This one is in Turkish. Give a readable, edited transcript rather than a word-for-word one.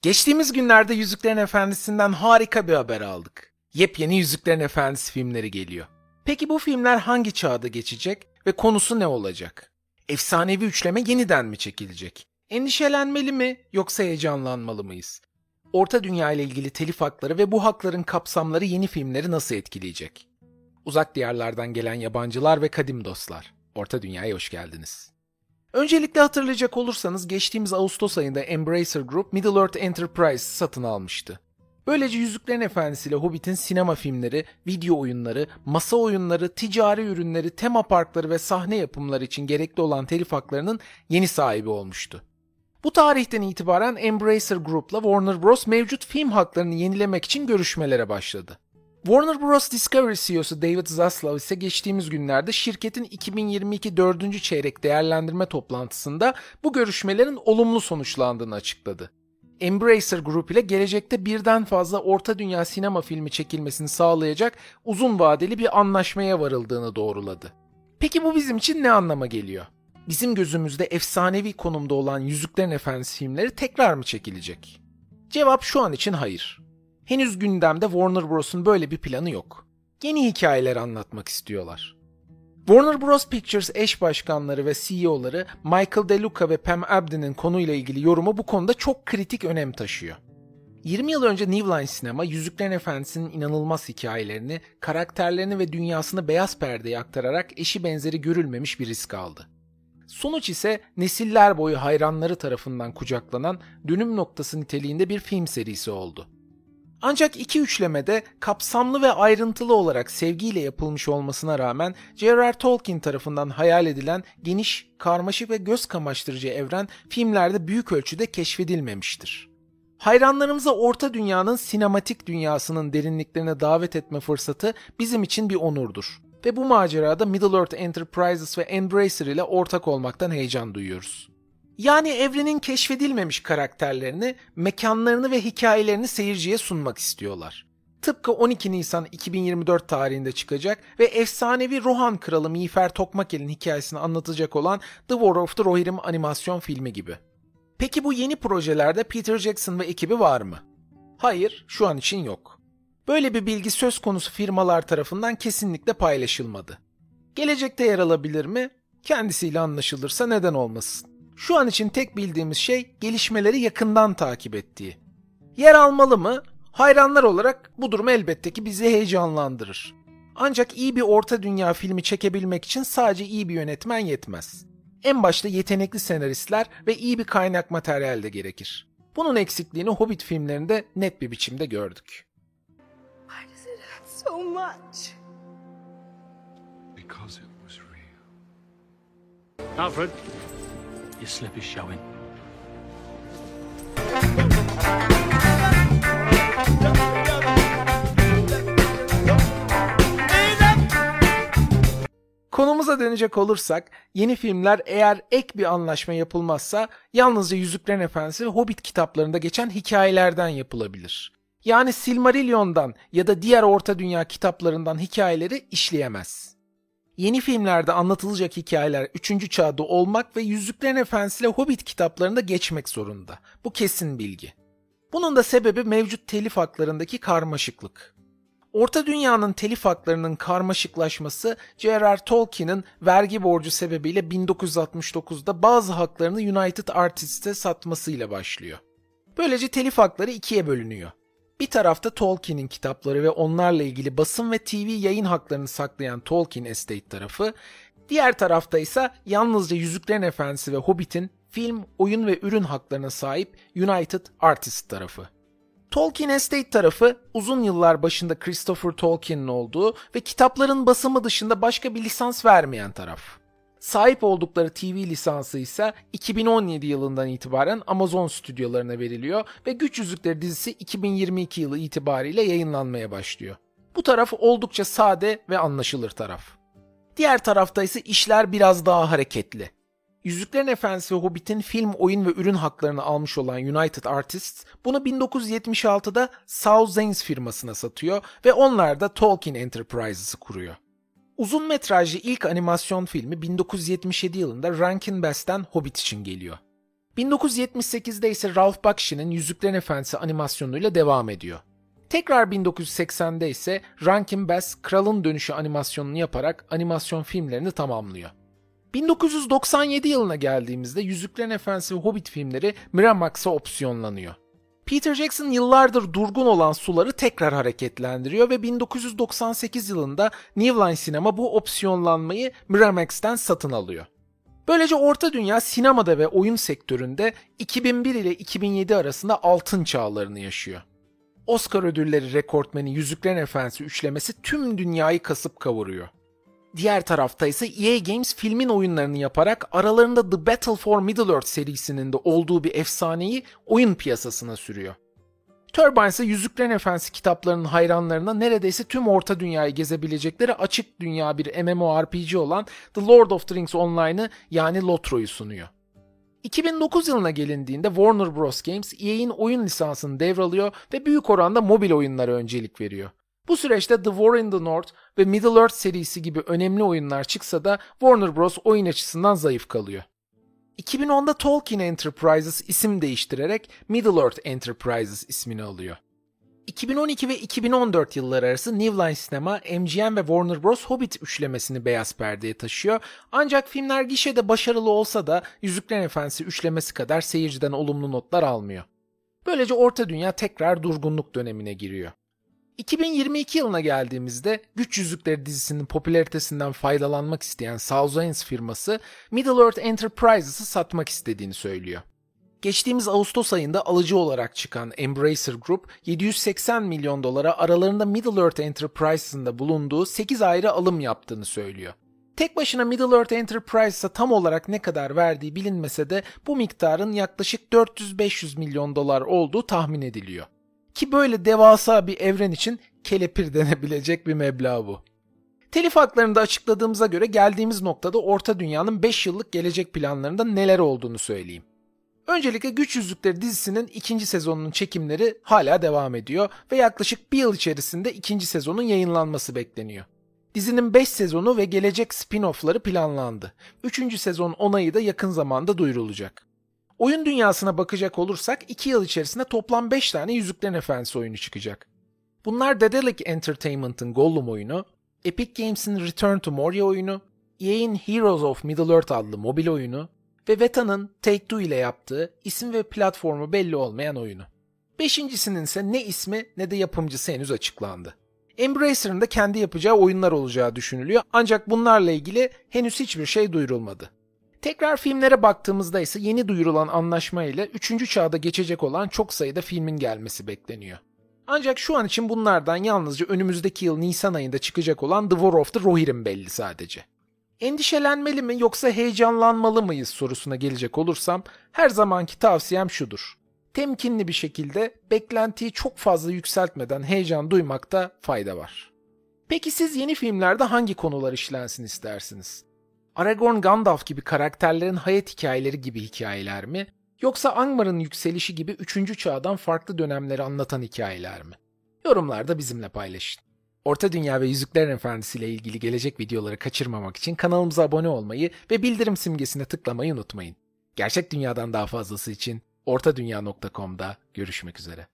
Geçtiğimiz günlerde Yüzüklerin Efendisi'nden harika bir haber aldık. Yepyeni Yüzüklerin Efendisi filmleri geliyor. Peki bu filmler hangi çağda geçecek ve konusu ne olacak? Efsanevi üçleme yeniden mi çekilecek? Endişelenmeli mi yoksa heyecanlanmalı mıyız? Orta Dünya ile ilgili telif hakları ve bu hakların kapsamları yeni filmleri nasıl etkileyecek? Uzak diyarlardan gelen yabancılar ve kadim dostlar, Orta Dünya'ya hoş geldiniz. Öncelikle hatırlayacak olursanız geçtiğimiz Ağustos ayında Embracer Group Middle-earth Enterprise satın almıştı. Böylece Yüzüklerin Efendisi ile Hobbit'in sinema filmleri, video oyunları, masa oyunları, ticari ürünleri, tema parkları ve sahne yapımları için gerekli olan telif haklarının yeni sahibi olmuştu. Bu tarihten itibaren Embracer Group'la Warner Bros. Mevcut film haklarını yenilemek için görüşmelere başladı. Warner Bros. Discovery CEO'su David Zaslav ise geçtiğimiz günlerde şirketin 2022 4. çeyrek değerlendirme toplantısında bu görüşmelerin olumlu sonuçlandığını açıkladı. Embracer Group ile gelecekte birden fazla Orta Dünya sinema filmi çekilmesini sağlayacak uzun vadeli bir anlaşmaya varıldığını doğruladı. Peki bu bizim için ne anlama geliyor? Bizim gözümüzde efsanevi konumda olan Yüzüklerin Efendisi filmleri tekrar mı çekilecek? Cevap şu an için hayır. Henüz gündemde Warner Bros'un böyle bir planı yok. Yeni hikayeler anlatmak istiyorlar. Warner Bros. Pictures eş başkanları ve CEO'ları Michael De Luca ve Pam Abdy'nin konuyla ilgili yorumu bu konuda çok kritik önem taşıyor. 20 yıl önce New Line Cinema, Yüzüklerin Efendisi'nin inanılmaz hikayelerini, karakterlerini ve dünyasını beyaz perdeye aktararak eşi benzeri görülmemiş bir risk aldı. Sonuç ise nesiller boyu hayranları tarafından kucaklanan dönüm noktası niteliğinde bir film serisi oldu. Ancak iki üçlemede kapsamlı ve ayrıntılı olarak sevgiyle yapılmış olmasına rağmen J.R.R. Tolkien tarafından hayal edilen geniş, karmaşık ve göz kamaştırıcı evren filmlerde büyük ölçüde keşfedilmemiştir. Hayranlarımıza Orta Dünya'nın sinematik dünyasının derinliklerine davet etme fırsatı bizim için bir onurdur. Ve bu macerada Middle-earth Enterprises ve Embracer ile ortak olmaktan heyecan duyuyoruz. Yani evrenin keşfedilmemiş karakterlerini, mekanlarını ve hikayelerini seyirciye sunmak istiyorlar. Tıpkı 12 Nisan 2024 tarihinde çıkacak ve efsanevi Rohan Kralı Miğfer Tokmakel'in hikayesini anlatacak olan The War of the Rohirrim animasyon filmi gibi. Peki bu yeni projelerde Peter Jackson ve ekibi var mı? Hayır, şu an için yok. Böyle bir bilgi söz konusu firmalar tarafından kesinlikle paylaşılmadı. Gelecekte yer alabilir mi? Kendisiyle anlaşılırsa neden olmasın? Şu an için tek bildiğimiz şey gelişmeleri yakından takip ettiği. Yer almalı mı? Hayranlar olarak bu durum elbette ki bizi heyecanlandırır. Ancak iyi bir Orta Dünya filmi çekebilmek için sadece iyi bir yönetmen yetmez. En başta yetenekli senaristler ve iyi bir kaynak materyal de gerekir. Bunun eksikliğini Hobbit filmlerinde net bir biçimde gördük. Why does it hurt so much? Because it was real. Alfred, your slip is showing. Konumuza dönecek olursak, yeni filmler eğer ek bir anlaşma yapılmazsa yalnızca Yüzüklerin Efendisi ve Hobbit kitaplarında geçen hikayelerden yapılabilir. Yani Silmarillion'dan ya da diğer Orta Dünya kitaplarından hikayeleri işleyemez. Yeni filmlerde anlatılacak hikayeler 3. çağda olmak ve Yüzüklerin Efendisi ile Hobbit kitaplarında geçmek zorunda. Bu kesin bilgi. Bunun da sebebi mevcut telif haklarındaki karmaşıklık. Orta Dünya'nın telif haklarının karmaşıklaşması J.R.R. Tolkien'in vergi borcu sebebiyle 1969'da bazı haklarını United Artists'e satmasıyla başlıyor. Böylece telif hakları ikiye bölünüyor. Bir tarafta Tolkien'in kitapları ve onlarla ilgili basın ve TV yayın haklarını saklayan Tolkien Estate tarafı, diğer tarafta ise yalnızca Yüzüklerin Efendisi ve Hobbit'in film, oyun ve ürün haklarına sahip United Artists tarafı. Tolkien Estate tarafı uzun yıllar başında Christopher Tolkien'in olduğu ve kitapların basımı dışında başka bir lisans vermeyen taraf. Sahip oldukları TV lisansı ise 2017 yılından itibaren Amazon stüdyolarına veriliyor ve Güç Yüzükleri dizisi 2022 yılı itibariyle yayınlanmaya başlıyor. Bu taraf oldukça sade ve anlaşılır taraf. Diğer tarafta ise işler biraz daha hareketli. Yüzüklerin Efendisi ve Hobbit'in film, oyun ve ürün haklarını almış olan United Artists bunu 1976'da South Zanes firmasına satıyor ve onlar da Tolkien Enterprises'ı kuruyor. Uzun metrajlı ilk animasyon filmi 1977 yılında Rankin Bass'ten Hobbit için geliyor. 1978'de ise Ralph Bakshi'nin Yüzüklerin Efendisi animasyonuyla devam ediyor. Tekrar 1980'de ise Rankin Bass Kralın Dönüşü animasyonunu yaparak animasyon filmlerini tamamlıyor. 1997 yılına geldiğimizde Yüzüklerin Efendisi ve Hobbit filmleri Miramax'a opsiyonlanıyor. Peter Jackson yıllardır durgun olan suları tekrar hareketlendiriyor ve 1998 yılında New Line Cinema bu opsiyonlanmayı Miramax'ten satın alıyor. Böylece Orta Dünya sinemada ve oyun sektöründe 2001 ile 2007 arasında altın çağlarını yaşıyor. Oscar ödülleri rekortmeni Yüzüklerin Efendisi üçlemesi tüm dünyayı kasıp kavuruyor. Diğer tarafta ise EA Games filmin oyunlarını yaparak aralarında The Battle for Middle-earth serisinin de olduğu bir efsaneyi oyun piyasasına sürüyor. Turbine ise Yüzüklerin Efendisi kitaplarının hayranlarına neredeyse tüm Orta Dünyayı gezebilecekleri açık dünya bir MMORPG olan The Lord of the Rings Online'ı yani LOTRO'yu sunuyor. 2009 yılına gelindiğinde Warner Bros. Games EA'in oyun lisansını devralıyor ve büyük oranda mobil oyunlara öncelik veriyor. Bu süreçte The War in the North ve Middle-earth serisi gibi önemli oyunlar çıksa da Warner Bros. Oyun açısından zayıf kalıyor. 2010'da Tolkien Enterprises isim değiştirerek Middle-earth Enterprises ismini alıyor. 2012 ve 2014 yılları arası New Line Cinema, MGM ve Warner Bros. Hobbit üçlemesini beyaz perdeye taşıyor. Ancak filmler gişede başarılı olsa da Yüzüklerin Efendisi üçlemesi kadar seyirciden olumlu notlar almıyor. Böylece Orta Dünya tekrar durgunluk dönemine giriyor. 2022 yılına geldiğimizde Güç Yüzükleri dizisinin popülaritesinden faydalanmak isteyen Southlands firması Middle-earth Enterprises'ı satmak istediğini söylüyor. Geçtiğimiz Ağustos ayında alıcı olarak çıkan Embracer Group 780 milyon dolara aralarında Middle-earth Enterprises'ın da bulunduğu 8 ayrı alım yaptığını söylüyor. Tek başına Middle-earth Enterprises'a tam olarak ne kadar verdiği bilinmese de bu miktarın yaklaşık 400-500 milyon dolar olduğu tahmin ediliyor. Ki böyle devasa bir evren için kelepir denebilecek bir meblağ bu. Telif haklarını da açıkladığımıza göre geldiğimiz noktada Orta Dünya'nın 5 yıllık gelecek planlarında neler olduğunu söyleyeyim. Öncelikle Güç Yüzükleri dizisinin 2. sezonunun çekimleri hala devam ediyor ve yaklaşık bir yıl içerisinde 2. sezonun yayınlanması bekleniyor. Dizinin 5 sezonu ve gelecek spin-off'ları planlandı. 3. sezon onayı da yakın zamanda duyurulacak. Oyun dünyasına bakacak olursak 2 yıl içerisinde toplam 5 tane Yüzüklerin Efendisi oyunu çıkacak. Bunlar Daedalic Entertainment'ın Gollum oyunu, Epic Games'in Return to Moria oyunu, EA'in Heroes of Middle-earth adlı mobil oyunu ve Veta'nın Take-Two ile yaptığı isim ve platformu belli olmayan oyunu. Beşincisinin ise ne ismi ne de yapımcısı henüz açıklandı. Embracer'ın da kendi yapacağı oyunlar olacağı düşünülüyor ancak bunlarla ilgili henüz hiçbir şey duyurulmadı. Tekrar filmlere baktığımızda ise yeni duyurulan anlaşma ile 3. çağda geçecek olan çok sayıda filmin gelmesi bekleniyor. Ancak şu an için bunlardan yalnızca önümüzdeki yıl Nisan ayında çıkacak olan The War of the Rohirrim belli sadece. Endişelenmeli mi yoksa heyecanlanmalı mıyız sorusuna gelecek olursam her zamanki tavsiyem şudur. Temkinli bir şekilde beklentiyi çok fazla yükseltmeden heyecan duymakta fayda var. Peki siz yeni filmlerde hangi konular işlensin istersiniz? Aragorn Gandalf gibi karakterlerin hayat hikayeleri gibi hikayeler mi? Yoksa Angmar'ın yükselişi gibi 3. çağdan farklı dönemleri anlatan hikayeler mi? Yorumlarda bizimle paylaşın. Orta Dünya ve Yüzüklerin Efendisi ile ilgili gelecek videoları kaçırmamak için kanalımıza abone olmayı ve bildirim simgesine tıklamayı unutmayın. Gerçek dünyadan daha fazlası için ortadunya.com'da görüşmek üzere.